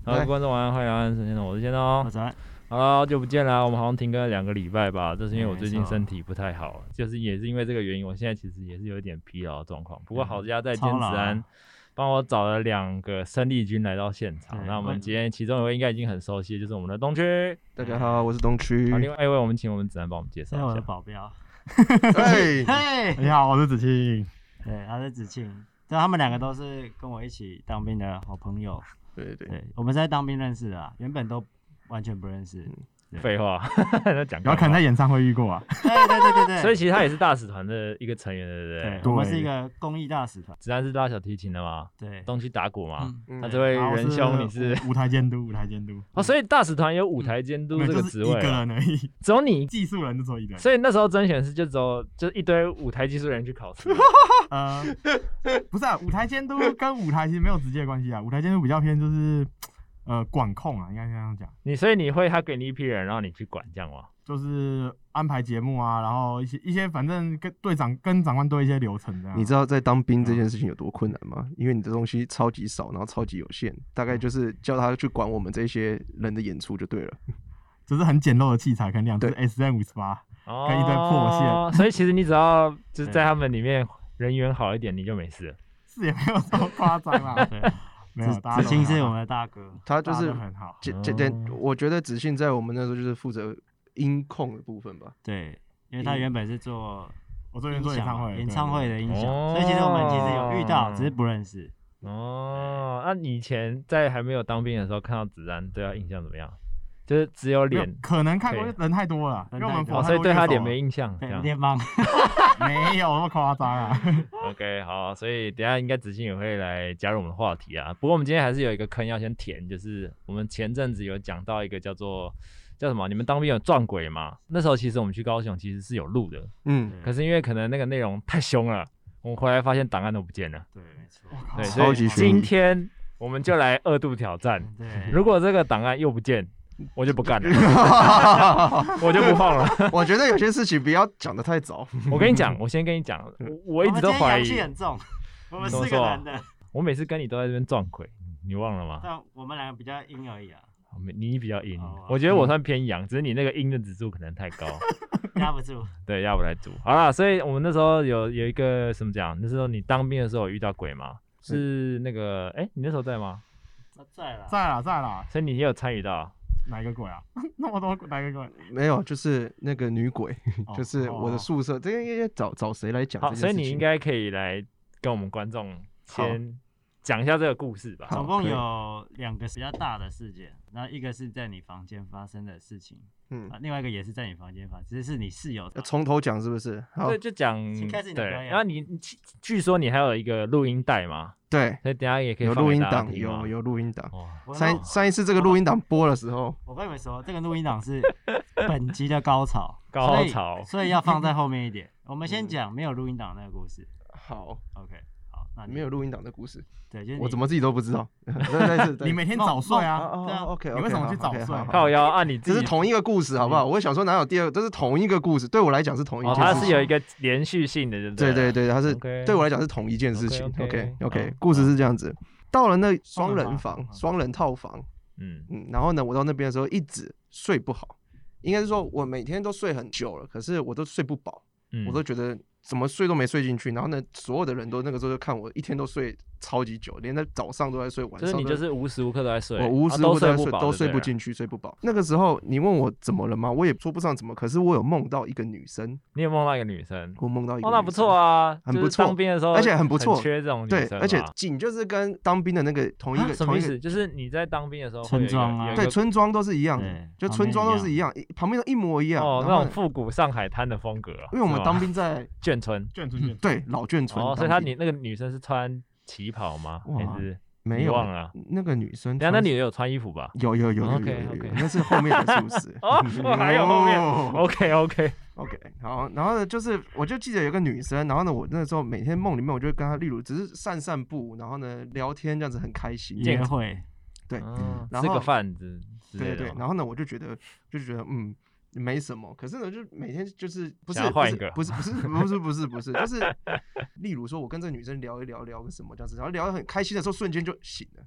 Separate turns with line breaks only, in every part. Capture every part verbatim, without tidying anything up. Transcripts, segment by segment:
好，观众晚安，欢迎安，先生，我是先生哦。
我是安。
好了，好久不见啦，我们好像停更了两个礼拜吧，这是因为我最近身体不太好，就是也是因为这个原因，我现在其实也是有一点疲劳的状况。不过好家在兼子安帮我找了两个生力军来到现场，那我们今天其中一位应该已经很熟悉，就是我们的东区。
大家好，我是东区。
好，另外一位我们请我们子安帮我们介绍一下。
我的保镖。
嘿，
嘿，
你好，我是子庆。
对，他是子庆。对，他们两个都是跟我一起当兵的好朋友。
对对 对,
对，我们是在当兵认识的啊，原本都完全不认识。
废话，在讲。
然后可能在演唱会遇过啊。
对对对对对。
所以其实他也是大使团的一个成员，对不对？
对，我们是一个公益大使团。
子安是拉小提琴的吗？
对。
东区打鼓嘛？
嗯、
那这位仁兄你是
舞台监督，舞台监督。
哦，所以大使团有舞台监督这个职位、啊，
就是、一个人而已，
只有你
技术人就只有一个人。
所以那时候甄选是就只有就一堆舞台技术人去考试。
呃，不是啊，舞台监督跟舞台其实没有直接的关系啊，舞台监督比较偏就是。呃，管控啊，应该这样讲。
你所以你会他给你一批人，然后你去管这样吗？
就是安排节目啊，然后一些一些，反正跟队长跟长官对一些流程这样。
你知道在当兵这件事情有多困难吗？嗯、因为你的东西超级少，然后超级有限，大概就是叫他去管我们这些人的演出就对了。
就是很简陋的器材，可能两只 S M 五十八跟一堆破线、
哦。所以其实你只要就是在他们里面人缘好一点，你就没事了。
是也没有这么夸张啦。没有，
子庆是我们的大哥，
他就是
很好。
这这这，我觉得子庆在我们那时候就是负责音控的部分吧。
对，因为他原本是做
我做原做演唱会，
演唱会的音响，
哦、
所以其实我们其实有遇到，只是不认识。
哦，那、啊、你以前在还没有当兵的时候看到子安，对他印象怎么样？就是只有脸，
可能看过人太多了，因为我们
哦，所以对他脸没印象，
对，脸盲，
没有那么夸张啊。
OK， 好，所以等一下应该子庆也会来加入我们的话题啊。不过我们今天还是有一个坑要先填，就是我们前阵子有讲到一个叫做叫什么？你们当兵有撞鬼吗？那时候其实我们去高雄其实是有录的，嗯，可是因为可能那个内容太凶了，我们回来发现档案都不见了。
对，没错，
对，所以今天我们就来二度挑战。
对，
如果这个档案又不见，我就不干了，我就不放了。
我觉得有些事情不要讲得太早。
我跟你讲，我先跟你讲，我一直都怀疑。
我们今天阳气很重，我们四个男的。
我每次跟你都在这边撞鬼，你忘了吗？
但我们两个比较阴而已啊。
你比较阴，我觉得我算偏阳，只是你那个阴的指数可能太高，
压不住。
对，压不来住。好啦，所以我们那时候有有一个什么讲？那时候你当兵的时候有遇到鬼吗？是那个，哎、欸，你那时候在吗？
在啦，
在啦，在啦。
所以你也有参与到。
哪一个鬼啊？那么多哪一个鬼？
没有，就是那个女鬼，哦、就是我的宿舍。哦、这个应该找找谁来讲？
好，所以你应该可以来跟我们观众先讲一下这个故事吧。
总共有两个比较大的事件，然后一个是在你房间发生的事情，嗯，啊、另外一个也是在你房间发生，只是是你室友。
要从头讲是不是？
对，就讲。
开始你的表演。
然后你据说你还有一个录音带嘛？
对，
所以等一下也可以
有录音档，有有录音档。
哦、
上上一次这个录音档播的时候，
我跟你们说，这个录音档是本集的高潮，
高潮，
所以, 所以要放在后面一点。我们先讲没有录音档那个故事。
好
，OK， 好，那
没有录音档的故事，
对，就是
我怎么自己都不知道。
你每天早睡啊？
对啊 ，OK，
你为什么去早睡？
靠腰啊，你
这是同一个故事，好不好？我想说哪有第二个，这是同一个故事，对我来讲是同一件事情。
它是有一个连续性的，
对对对，它是对我来讲是同一件事情。OK OK， 故事是这样子。到了那双人房、双人套房，嗯嗯，然后呢，我到那边的时候一直睡不好，应该是说我每天都睡很久了，可是我都睡不饱，我都觉得怎么睡都没睡进去。然后呢，所有的人都那个时候就看我一天都睡超级久，连在早上都在睡，晚上
就是你就是无时无刻都在睡，
我无时无刻都在睡，都睡不进去，睡不饱。那个时候你问我怎么了吗？我也说不上怎么，可是我有梦到一个女生。
你有梦到一个女生？
我梦到一个女生，
哦，那不错啊，
很不错。
当兵的时候，
而且很不错，
缺这种女生。
对，而且仅就是跟当兵的那个同一个，
什么意思？就是你在当兵的时候，
村庄啊，
对，村庄都是一样的，就村庄都是一样，旁边都一模一样。
哦，那种复古上海滩的风格。
因为我们当兵在
眷村，
眷村，
对，老眷村。
哦，所以她你那个女生是穿旗袍吗？还是
没有？
忘了
那个女生，
等下那女的有穿衣服吧？
有有有有有有，那是后面的故事。
哦，还有后面。OK OK
OK， 好，然后呢，就是我就记得有个女生，然后呢，我那时候每天梦里面我就跟她，例如只是散散步，然后呢聊天这样子很开心，
约会，
对，
然后吃个饭子，
对对对，然后呢我就觉得就觉得嗯。没什么，可是呢，就每天就是不是
换一个，
不是不是不是不是不是，就是例如说，我跟这个女生聊一聊聊个什么这样子，然后聊得很开心的时候，瞬间就醒了，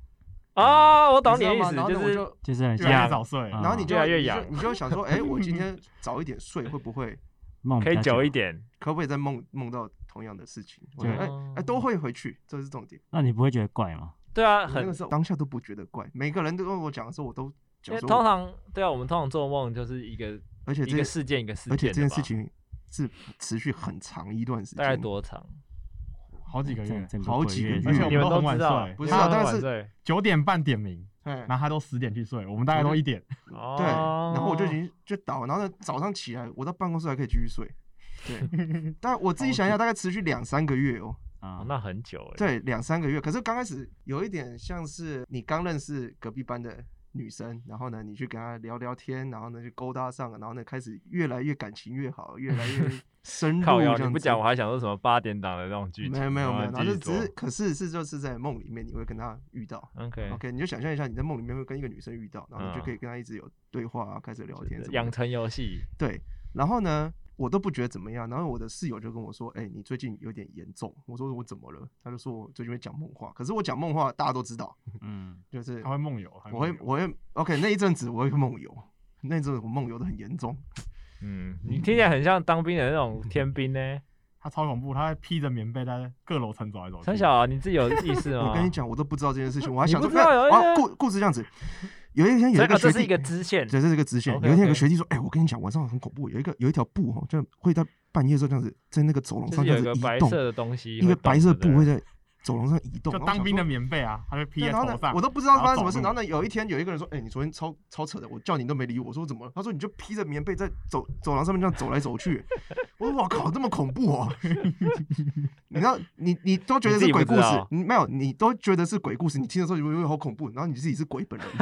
啊，我懂你的意思，
就
是
就是很
越来越早睡，
然后你就
越来越痒，
你就想说，哎，我今天早一点睡会不会
梦
可以久一点？
可不可以再梦梦到同样的事情？我觉得哎哎都会回去，这是重点。
那你不会觉得怪吗？
对啊，
那个时候当下都不觉得怪，每个人都跟我讲的时候，我都
因为通常对啊，我们通常做梦就是一个，
而且
一个事件一个事件，
而且这件事情是持续很长一段时间，
大概多长？
好几个月，
好几个月，
而且我们都很晚睡，
不是啊，但是
九点半点名，然后他都十点去睡，我们大概都一点。
对，然后我就已经就倒，然后呢早上起来，我到办公室还可以继续睡。对，但我自己想一下，大概持续两三个月哦。
啊，那很久哎。
对，两三个月。可是刚开始有一点像是你刚认识隔壁班的女生，然后呢，你去跟她聊聊天，然后呢就勾搭上了，然后呢开始越来越感情越好，越来越深入。
靠腰，你不讲我还想说什么八点档的那种剧情。
没有没有没有，然后就只是，可是是就是在梦里面你会跟她遇到。
OK
OK， 你就想象一下你在梦里面会跟一个女生遇到，然后你就可以跟她一直有对话啊，开始聊天。
养成游戏。
对，然后呢？我都不觉得怎么样，然后我的室友就跟我说：“哎、欸，你最近有点严重。”我说：“我怎么了？”他就说：“我最近会讲梦话。”可是我讲梦话，大家都知道，嗯，就是
他会梦游，
我会我会 OK 那一阵子我会梦游，那一阵子我梦游的很严重。
嗯，你听起来很像当兵的那种天兵呢。
他超恐怖，他会披着棉被在各楼层走来走去。
陈小啊，你自己有意识吗？
我跟你讲，我都不知道这件事情，我还想说，
啊，
故故事这样子。有一天有一个学弟，
这是一个支线，
对，这是一个支线。有一天有个学弟说：“哎，我跟你讲，晚上很恐怖，有一个有一条布哦，就会在半夜的时候这样子，在那个走廊上这样子移动，
白色的东西，
一个白色布会在走廊上移动。”
就当兵的棉被啊，他就披在头上。
我都不知道发生什么事。然后呢，有一天有一个人说：“哎，你昨天超超扯的，我叫你都没理我。”我说：“怎么了？”他说：“你就披着棉被在走走廊上面这样走来走去。”我说：“哇靠，这么恐怖哦！”你知道，你你都觉得是鬼故事，你没有，你都觉得是鬼故事，你听的时候就会好恐怖，然后你自己是鬼本人。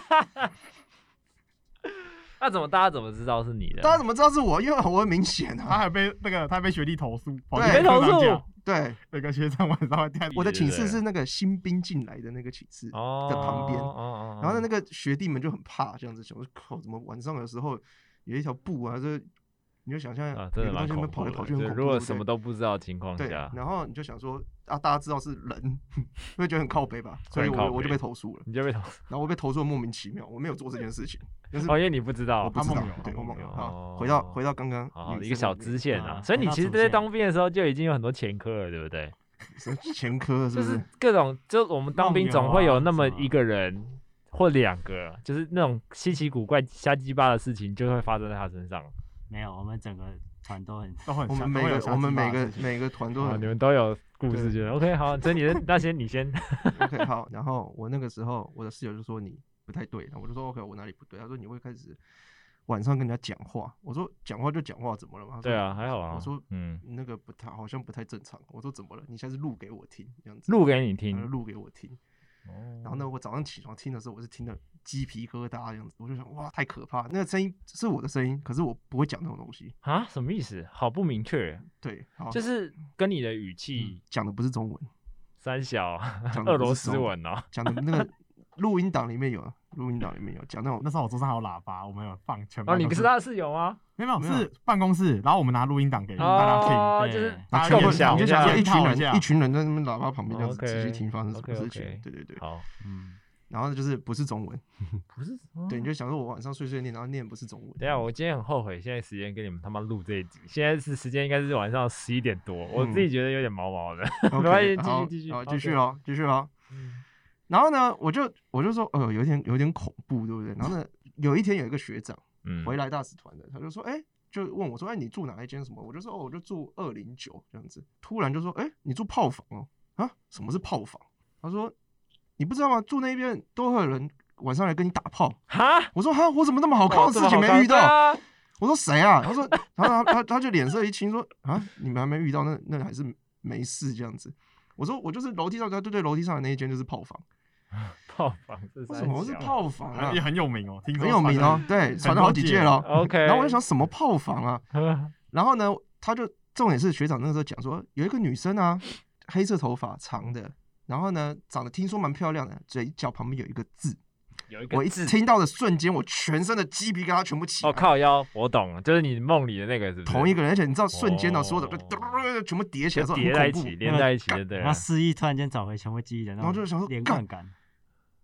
那怎么大家怎么知道是你的？
大家怎么知道是我？因为我很明显啊，
他还被那个他还被学弟投诉，
对，
被投诉。
对，
那个学长晚上会带
我的寝室是那个新兵进来的那个寝室的旁边，然后呢，那个学弟们就很怕，这样子想说，靠，怎么晚上的时候有一条布啊？这你就想象
啊，真的蛮恐怖的。如果什么都不知道的情况下，
然后你就想说啊，大家知道是人，会觉得很靠北吧？所以我我就被投诉了，
你就被投诉，
然后我被投诉的莫名其妙，我没有做这件事情。
哦，因为你不知道，
我不知道，对，我梦游。好，回到回到刚刚
一个小支线啊，所以你其实在当兵的时候就已经有很多前科了，对不对？
前科是不是？
各种，就我们当兵总会有那么一个人或两个，就是那种稀奇古怪、瞎鸡巴的事情就会发生在他身上。
没有，我们整个团都很
都很，
我们每个我们每个每个团都
很，你们都有故事，觉得 OK 好，所以你那先你先
OK 好，然后我那个时候我的室友就说你不太对，然后我就说 OK 我哪里不对？他说你会开始晚上跟人家讲话，我说讲话就讲话怎么了嘛？
对啊，还好啊。
我说嗯那个不太好像不太正常，我说怎么了？你现在是录给我听这样子，
录给你听，
录给我听。然后呢，我早上起床听的时候，我是听的鸡皮疙瘩这样子，我就想哇，太可怕！那个声音是我的声音，可是我不会讲那种东西
啊，什么意思？好不明确。
对，
就是跟你的语气
讲的不是中文，
三小俄罗斯文哦，
讲的那个录音档里面有，录音档里面有讲那种。
那时候我桌上还有喇叭，我们有放全。
哦，你不是他的室友吗？
没有，是办公室，然后我们拿录音档给大家听，
就是
大家就想，你就想说一群人，一群人在那边喇叭旁边这样子仔细听发生什么事情。对对对，
好，
嗯，然后就是不是中文，
不是，
对，你就想说我晚上睡睡念，然后念不是中文。
等一下，我今天很后悔，现在时间跟你们他妈录这一集，现在是时间应该是晚上十一点多，我自己觉得有点毛毛的。没关系，继续继续，
好，继续哦，继续哦。然后呢，我就我就说，呃，有点有点恐怖，对不对？然后呢，有一天有一个学长。嗯，回来大使团的，他就说，哎、欸，就问我说，哎、欸，你住哪一间什么？我就说，哦，我就住二零九这样子。突然就说，哎、欸，你住炮房哦？啊，什么是炮房？他说，你不知道吗？住那边都会有人晚上来跟你打炮。
哈？
我说，哈，我怎么那么好看的事情没遇到？啊、我说谁啊？他说，然后他他他就脸色一青，说，啊，你们还没遇到，那那还是没事这样子。我说，我就是楼梯上，他就对楼梯上的那一间就是炮房。
炮房是
什么是炮房啊？
也很有名哦，听说
很有名哦，对，传了好几届了。
OK，
然后我就想什么炮房啊？然后呢，他就重点是学长那个时候讲说，有一个女生啊，黑色头发长的，然后呢长得听说蛮漂亮的，嘴角旁边有一个字。
有一个
我一听到的瞬间，我全身的鸡皮疙瘩全部起来。
哦靠腰，我懂了，就是你梦里的那个是不是
同一个人？而且你知道瞬间呢，所有的就全部叠起来，
叠在一起，连在一起的，对。
然后失忆突然间找回全部记忆的，
然后就想说
连贯感。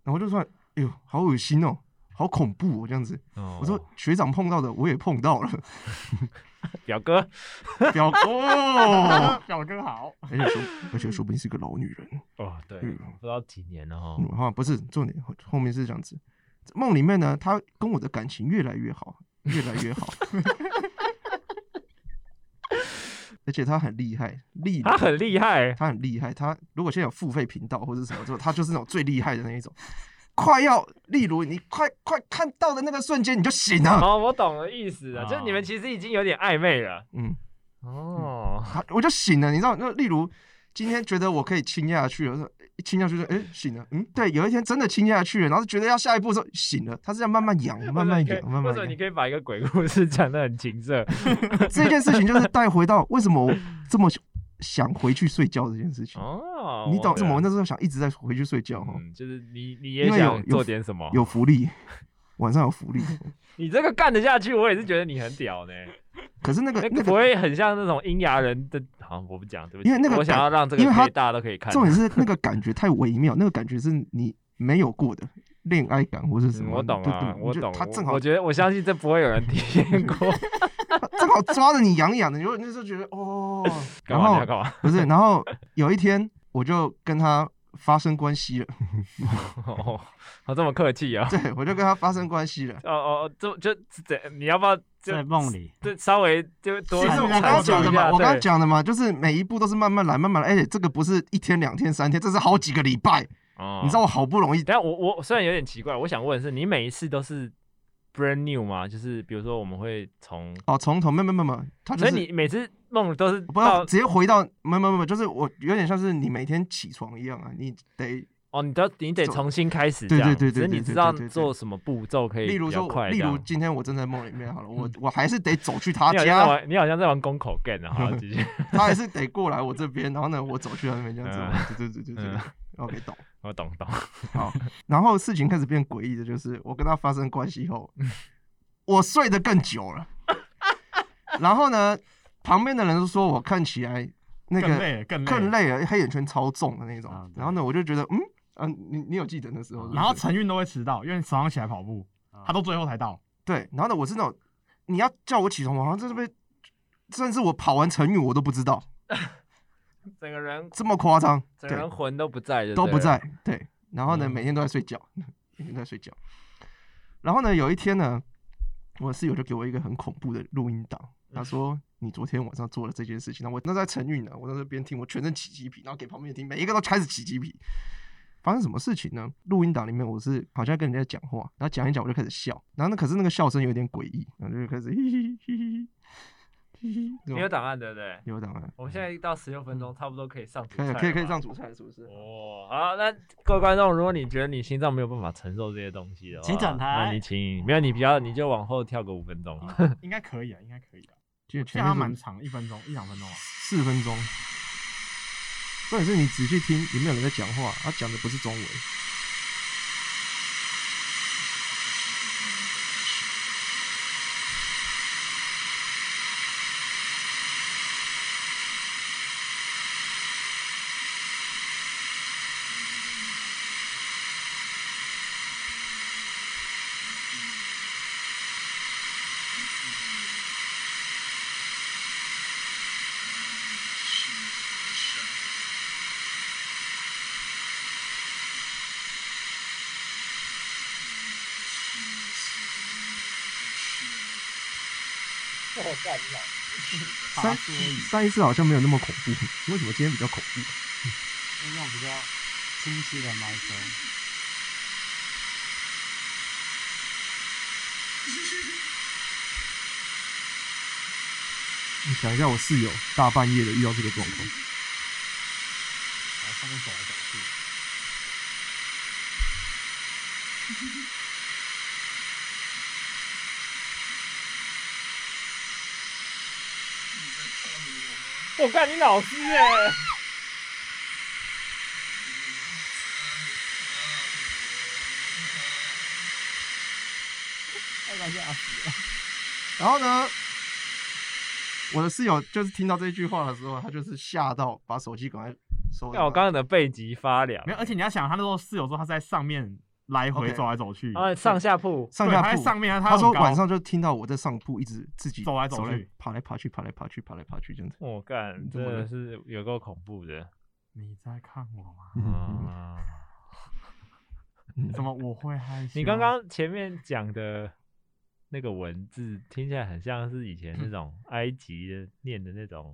然后就说，哎呦，好恶心哦，好恐怖哦，这样子。哦、我说学长碰到的，我也碰到了。
表哥，
表哥，
表哥好。
而且说，而且说不定是个老女人。
哦，对，嗯、不知道几年了哈。
嗯，好，不是重点，后面是这样子。梦里面呢，他跟我的感情越来越好，越来越好。而且他很厉害，厉
他很厉害，
他很厉害。他如果现在有付费频道或者什么之后，他就是那种最厉害的那一种。快要，例如你快快看到的那个瞬间，你就醒了。
哦，我懂了意思了，哦、就是你们其实已经有点暧昧了。
嗯，
哦、
嗯，我就醒了，你知道，那例如今天觉得我可以亲下去了，一亲下去就哎、欸、醒了，嗯，对，有一天真的亲下去了，然后觉得要下一步的时候醒了，他是要慢慢养，慢慢养，慢慢养。
或者你可以把一个鬼故事讲得很情色。
这件事情就是带回到为什么我这么想回去睡觉这件事情。哦，你懂为什么我那时候想一直在回去睡觉哈、
嗯？就是你你也想做点什么，
有, 有福利，晚上有福利。
你这个干得下去，我也是觉得你很屌呢。
可是那个那个
不会很像那种阴阳人的，好，我不讲，对不起。
因为那个
我想要让这个可以大家都可以看。
重点是那个感觉太微妙，那个感觉是你没有过的恋爱感或是什么。
嗯、我懂啊，我懂。
他正好，
我觉得我相信这不会有人体验过。
正好抓着你痒痒的，你就那时候觉得哦，然后
干嘛？
不是，然后有一天我就跟他发生关系了。
哦，他这么客气啊？
对，我就跟他发生关系了。
哦哦，就就这，你要不要
在梦里？
就稍微就多。
其实我刚刚讲的嘛，我刚刚讲的嘛，就是每一步都是慢慢来，慢慢来，而且这个不是一天、两天、三天，这是好几个礼拜。哦，你知道我好不容易。
等下我我虽然有点奇怪，我想问的是，你每一次都是 brand new 吗？就是比如说我们会从
哦从头，没没没没，他就是。
所以你每次梦都是
不要直接回到没没没，就是我有点像是你每天起床一样啊，你得。
哦，你都你得重新开始，
对对对对，
只是你知道做什么步骤可以
例如说，例如今天我正在梦里面好了，我我还是得走去他
家。你好像在玩公口 game 啊，好继续。
他还是得过来我这边，然后呢，我走去他那边这样子。对对对对对 ，OK 懂。
我懂懂。
好，然后事情开始变诡异的就是我跟他发生关系后，我睡得更久了。然后呢，旁边的人都说我看起来那个
更累更累
更累了，黑眼圈超重的那种。然后呢，我就觉得嗯。嗯、啊，你你有记得那时候是不是？
然后晨运都会迟到，因为早上起来跑步，他都最后才到。
对，然后呢，我是那种你要叫我起床，我好像在这边，甚至我跑完晨运我都不知道，
整个人
这么夸张，
整个人魂都不在，
都不在。对，然后呢，嗯、每天都在睡觉，每天都在睡觉。然后呢，有一天呢，我室友就给我一个很恐怖的录音档，他说。你昨天晚上做了这件事情，那我那在晨运呢，我在那边听，我全身起鸡皮，然后给旁边听，每一个都开始起鸡皮。发生什么事情呢？录音档里面我是好像跟人家讲话，然后讲一讲我就开始笑，然后呢，可是那个笑声有点诡异，然后就开始嘿嘿嘿嘿嘿嘿。
你有档案对不对？
有档案。
我们现在到十六分钟，差不多可以上主菜。
可以可以可以上主菜，是不是？
哦，好，那各位观众，如果你觉得你心脏没有办法承受这些东西的话，
请转台。
那你请没有你比较，你就往后跳个五分钟。
应该可以啊，应该可以啊。
其实
前面蛮长，一分钟一两分钟啊，
四分钟。重点是你仔细听，有没有人在讲话？他讲的不是中文。上上一次好像没有那么恐怖，为什么今天比较恐怖？
因为那种比较清晰的麦声。
你想一下，我室友大半夜的遇到这个状况，
然后上面走来走去。
我干你老师哎、欸！
太搞笑死了。
然后呢，我的室友就是听到这句话的时候，他就是吓到，把手机赶快收。
看我刚刚的背脊发凉。
没有，而且你要想，他那时候室友说他是在上面来回走来走去，
啊，上下铺，
上下铺，
他在上面，
他说晚上就听到我在上铺一直自己
走来走去，
爬来爬去，爬来爬去，爬来爬去这样子。
我干，真的是有够恐怖的。
你在看我吗？怎么我会害羞？
你刚刚前面讲的那个文字听起来很像是以前那种埃及的念的那种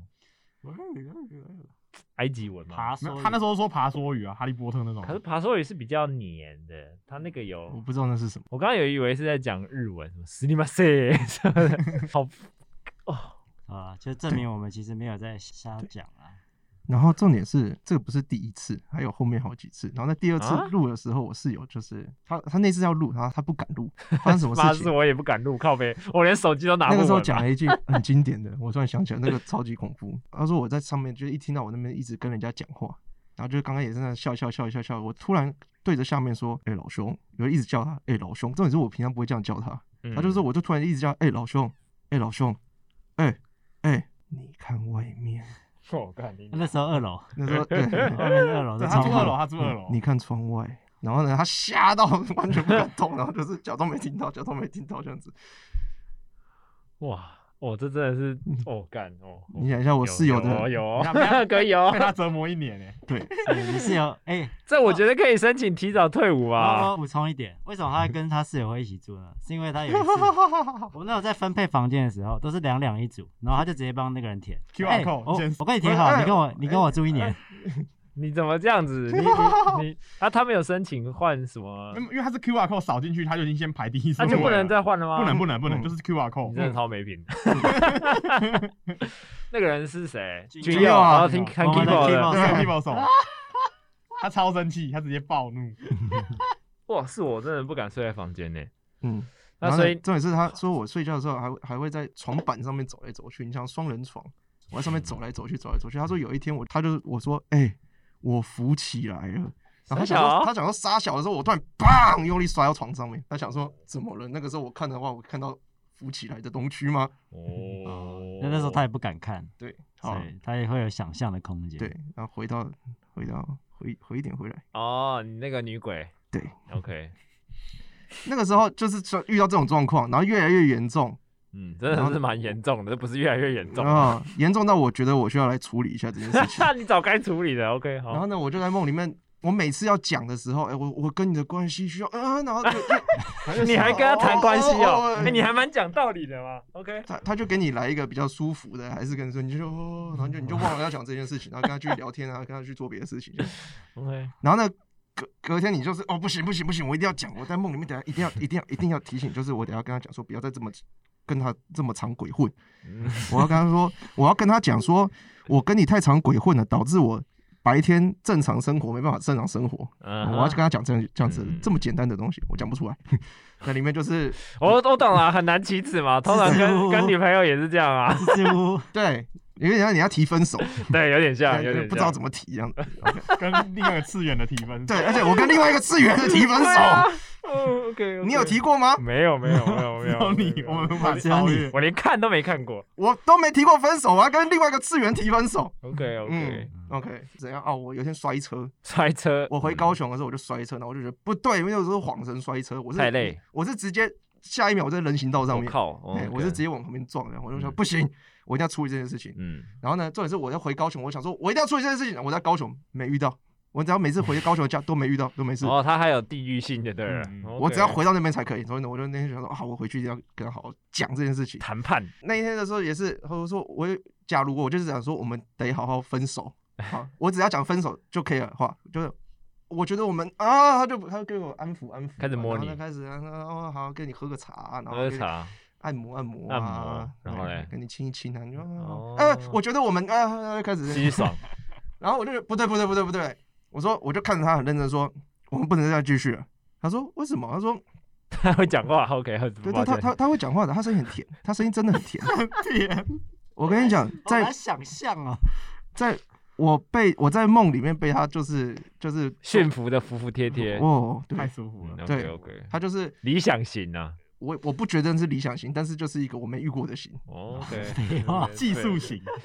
埃及文嘛。
爬梭语，
他那时候说爬梭语啊，哈利波特那种。
可是爬梭语是比较黏的，他那个有
我不知道那是什么。
我刚刚有以为是在讲日文，什么斯里马塞，好
哦啊，就证明我们其实没有在瞎讲啊。
然后重点是，这个不是第一次，还有后面好几次。然后在第二次录的时候，我室友就是他，他那次要录，然后他不敢录，发生什么事情？
妈是我也不敢录，靠北，我连手机都拿不稳。
那个时候讲了一句很经典的，我突然想起来，那个超级恐怖。他说我在上面就一听到我那边一直跟人家讲话，然后就刚刚也是在笑笑笑笑笑，我突然对着下面说：“哎、欸，老兄！”有人一直叫他：“哎、欸，老兄！”重点是我平常不会这样叫他，嗯、他就说我就突然一直叫：“哎、欸，老兄！哎、欸，老兄！哎、欸、哎、欸，你看外面。”
我看你
那时候二楼，
那时候对，
外面是二楼，
他住二楼，他住二楼。
你看窗外，然后呢，他吓到完全不敢动，然后就是假装没听到，假装没听到这样子。
哇，哦，这真的是哦干哦！
你想一下，我室友的
有有可以哦，
被他折磨一年哎。
对，
你室友哎，
这我觉得可以申请提早退伍啊。
我补充一点，为什么他跟他室友会一起住呢？是因为他有一次，我们那时候在分配房间的时候，都是两两一组，然后他就直接帮那个人填
Q R code，
我我跟你填好，你跟我你跟我住一年。
你怎么这样子？你你你啊，他们有申请换什么？
因为他是 Q R code 扫进去，他就已经先排第一顺位了，
那就不能再换了吗？
不能不能不能，就是 Q R code。
你真的超没品。那个人是谁？
君佑啊，
然后听看 keyboard 的，
对 keyboard 手，他超生气，他直接暴怒。
哇，是我真的不敢睡在房间呢。
嗯，
那所以
重点是他说我睡觉的时候还还会在床板上面走来走去，你像双人床，我在上面走来走去走来走去。他说有一天我他就我说哎。欸我浮起来了，然后他想说，他想说杀小的时候，我突然砰用力摔到床上面。他想说怎么了？那个时候我看的话，我看到浮起来的东区吗？
哦，那那时候他也不敢看，
对，
所以他也会有想象的空间。
对，然后回到回到回回一点回来。
哦，你那个女鬼，
对
，OK。
那个时候就是遇到这种状况，然后越来越严重。
嗯，真的是蛮严重的，这不是越来越严重
啊，严重到我觉得我需要来处理一下这件事情。
你早该处理的 ，OK 好。
然后呢，我就在梦里面，我每次要讲的时候，哎、欸，我我跟你的关系需要，啊，然后就
你还跟他谈关系哦，哎、欸，你还蛮讲道理的嘛 ，OK。
他他就给你来一个比较舒服的，还是跟你说，你就哦，然后就你就忘了要讲这件事情，然后跟他去聊天啊，跟他去做别的事情。
OK。
然后呢，隔隔天你就是哦，不行不行不行，我一定要讲，我在梦里面等下一定要一定要一定要提醒，就是我等下跟他讲说，不要再这么。跟他这么常鬼混，我要跟他说，我要跟他讲说，我跟你太常鬼混了，导致我白天正常生活没办法正常生活。Uh-huh. 我要跟他讲这样这样子、嗯、这么简单的东西，我讲不出来。那里面就是
我我懂了，很难启齿嘛，通常跟跟女朋友也是这样啊。
对，有点像你要提分手，
对，有点像，有点像
不知道怎么提这样子。
Okay. 跟另外一个次元的提分手，
对，而且我跟另外一个次元的提分手。
哦 ，OK，
你有提过吗？
没有，没有，没有，没有。
你，我们无法超越。
我连看都没看过，
我都没提过分手，我要跟另外一个次元提分手。
OK，OK，OK，、
嗯 okay, 怎样？哦，我有一天摔车，
摔车。
我回高雄的时候我就摔车，然后我就觉得不对，因为有时候晃神摔车，我是
太累，
我是直接下一秒我在人行道上面，
我靠，哦
okay. 我是直接往旁边撞，然后我就说、嗯、不行，我一定要处理这件事情。嗯，然后呢，重点是我要回高雄，我想说我一定要处理这件事情，我在高雄没遇到。我只要每次回高雄的家都没遇到，都没事。
哦，他还有地域性的，对了、嗯
okay 。我只要回到那边才可以，所以呢，我就那天想说啊，我回去一定要跟他好好讲这件事情。
谈判
那一天的时候也是，我说我假如我就是想说我们得好好分手，好，我只要讲分手就可以了的话，就是我觉得我们啊，他就他就给我安抚安抚，
开始摸你，
然后开始哦好，跟你喝个茶，然后
喝茶。
按摩按摩、
啊、按摩，然后嘞，
跟你亲一亲啊，你说，哦、呃，我觉得我们啊，开始
激爽，
然后我就觉得不对不对不对不对，我说我就看着他很认真说，我们不能再继续了。他说为什么？他说
他会讲话 ，OK，
对对，他他他会讲话的，他声音很甜，他声音真的很甜，
很甜。
我跟你讲，在
好难想象啊，
在我被我在梦里面被他就是就是
驯服的服服帖帖，
哦，
太舒服了。
对
，OK，
他就是
理想型啊。
我我不觉得是理想型，但是就是一个我没遇过的型。
OK，
技术型，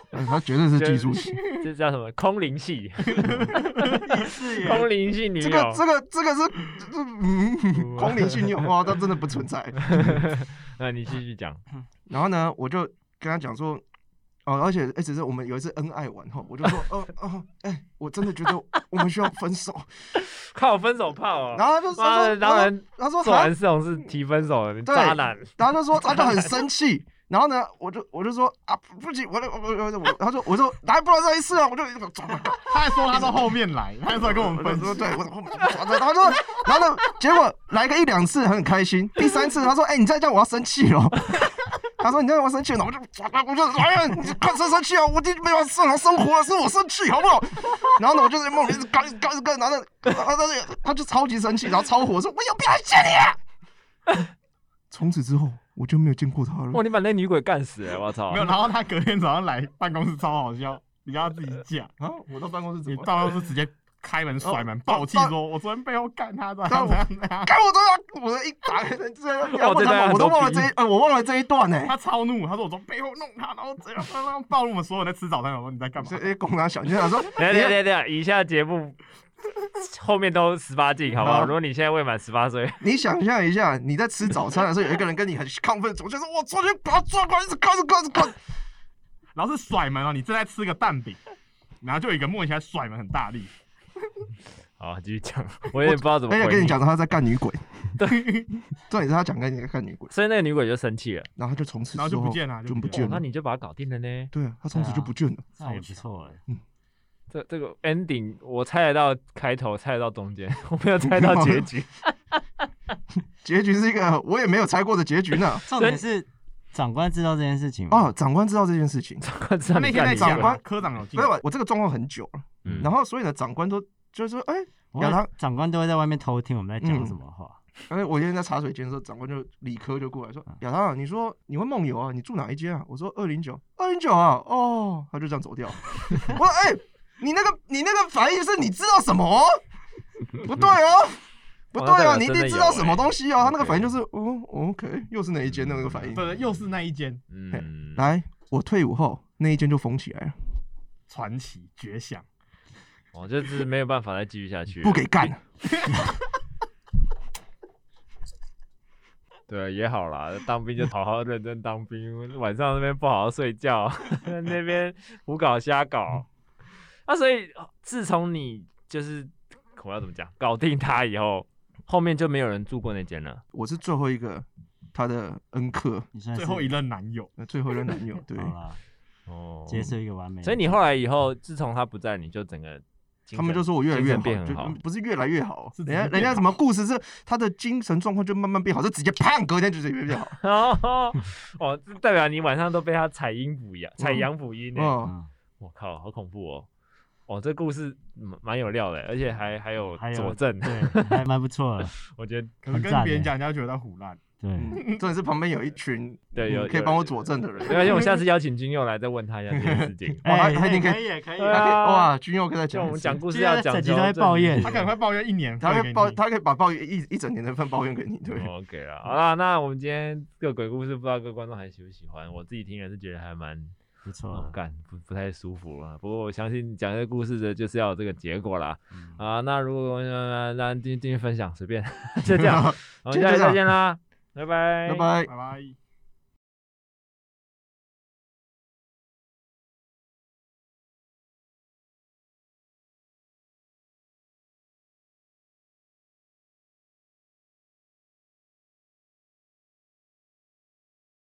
他绝对是技术型，
这叫什么空灵系？空灵系女友，
这个这个这个是嗯空灵系女友哇，它真的不存在。
那你继续讲。
然后呢，我就跟他讲说。哦，而且，而且是我们有一次恩爱完后，我就说，哦哦，哎、欸，我真的觉得我们需要分手，
靠分手炮啊！
然后他就说，
当然，
他说
做完这种事提分手的，你渣男。
然后就说，他就很生气，然后呢，我就我就说啊，不行，我我我我，他说我说来不能再一次啊，我就
他还说他到后面来，他还说跟我们分手，
对，我后面然后就然后呢，结果来个一两次很开心，第三次他说，哎、欸，你再这样我要生气了。他说：“你让我生气了，我就我就哎呀，你看生生气啊！我已经没有正常生活了，是我生气，好不好？”然后呢，我就在梦里一直干一直干一直干，然后呢，他他他就超级生气，然后超火，说：“我有必要见你啊！”从此之后，我就没有见过他了。
哇，你把那女鬼干死了，我操！
没有，然后他隔天早上来办公室超好笑，你跟他自己讲
啊，我到办公室怎么？
你到办公室直接。开门甩门，爆气说：“我昨天背后干他的，干我
干我都要，我一打开这样，我都忘了这一，呃，我忘了这一段呢。”
他超怒，他说：“我从背后弄他，然后这样，刚刚暴露我们所有人在吃早餐。”我说：“你在干嘛？”
哎，公他小，就想说，
等等等等，以下节目后面都十八禁，好不好？如果你现在未满十八岁，
你想象一下，你在吃早餐的时候，有一个人跟你很亢奋，我就说：“我昨天把他抓过来，一直干，一直干，一直干。”
然后是甩门哦，你正在吃个蛋饼，然后就有一个莫名其妙甩门很大力。
好，继续讲，我有点不知道怎么。
而且跟你讲他在干女鬼，对，重点是他讲跟你在干女鬼，
所以那个女鬼就生气了，
然后他就从此
然后就不见了，
就不见了。
那你就把他搞定了呢？
对啊，他从此就不见了，
那也不错哎。
嗯，
这这个 ending 我猜得到开头，猜得到中间，我没有猜到结局。
结局是一个我也没有猜过的结局呢。
重点是长官知道这件事情吗？
哦，长官知道这件事情，
长官知道
那天在
长官
科长有进，
没有，我这个状况很久了，嗯，然后所以呢，长官都就是说，哎。
亚当长官都会在外面偷听我们在讲什么话。
哎、嗯，我今天在茶水间的时候，长官就理科就过来说：“亚当、啊，你说你会梦游啊？你住哪一间啊？”我说：“二零九，二零九啊。”哦，他就这样走掉。我说：“哎、欸，你那个你那个反应是你知道什么、哦？不对哦，不对哦，你一定知道什么东西哦。”他那个反应就是：“哦 ，OK， 又是哪一间那个反应？”
对，又是那一间。
嗯，来，我退伍后那一间就封起来了。
传奇绝响。
我就是没有办法再继续下去，
不给干。
对，也好啦，当兵就好好认真当兵，晚上那边不好好睡觉，那边胡搞瞎搞。啊，所以自从你就是我要怎么讲，搞定他以后，后面就没有人住过那间了。
我是最后一个他的恩客，
最后一任男友，
最后一任男友，对。
哦，结束一个完美。
所以你后来以后，自从他不在，你就整个。
他们就说我越来越好，
变很好，
不是越来越好。人家人家什么故事是他的精神状况就慢慢变好，就直接砰，隔天就直接变好。
哦，哦，这代表你晚上都被他采阴补阳，采阳补阴呢。我、嗯、靠，好恐怖哦！哦，这故事蛮有料的，而且还还有佐证，
对，还蛮不错的。
我觉得
可能跟别人讲，人家觉得他唬烂。
对，
重点是旁边有一群
对有
可以帮我佐证的人。
没关系，我下次邀请君佑来再问他一下这件事情。
哇，他一定
可以，可以，
哇，君佑跟他讲，
我们讲故事要讲，
整集都在抱怨，
他可能会抱怨一年，
他会抱，他可以把抱怨一一整年的份抱怨给你。对
，OK 啦，好啦，那我们今天这个鬼故事，不知道各位观众还喜不喜欢？我自己听也是觉得还蛮
不错，
干不不太舒服了。不过我相信讲这个故事的就是要有这个结果啦。啊，那如果那今今天分享随便就这样，我们下期再见啦。拜拜，
拜拜，
拜拜。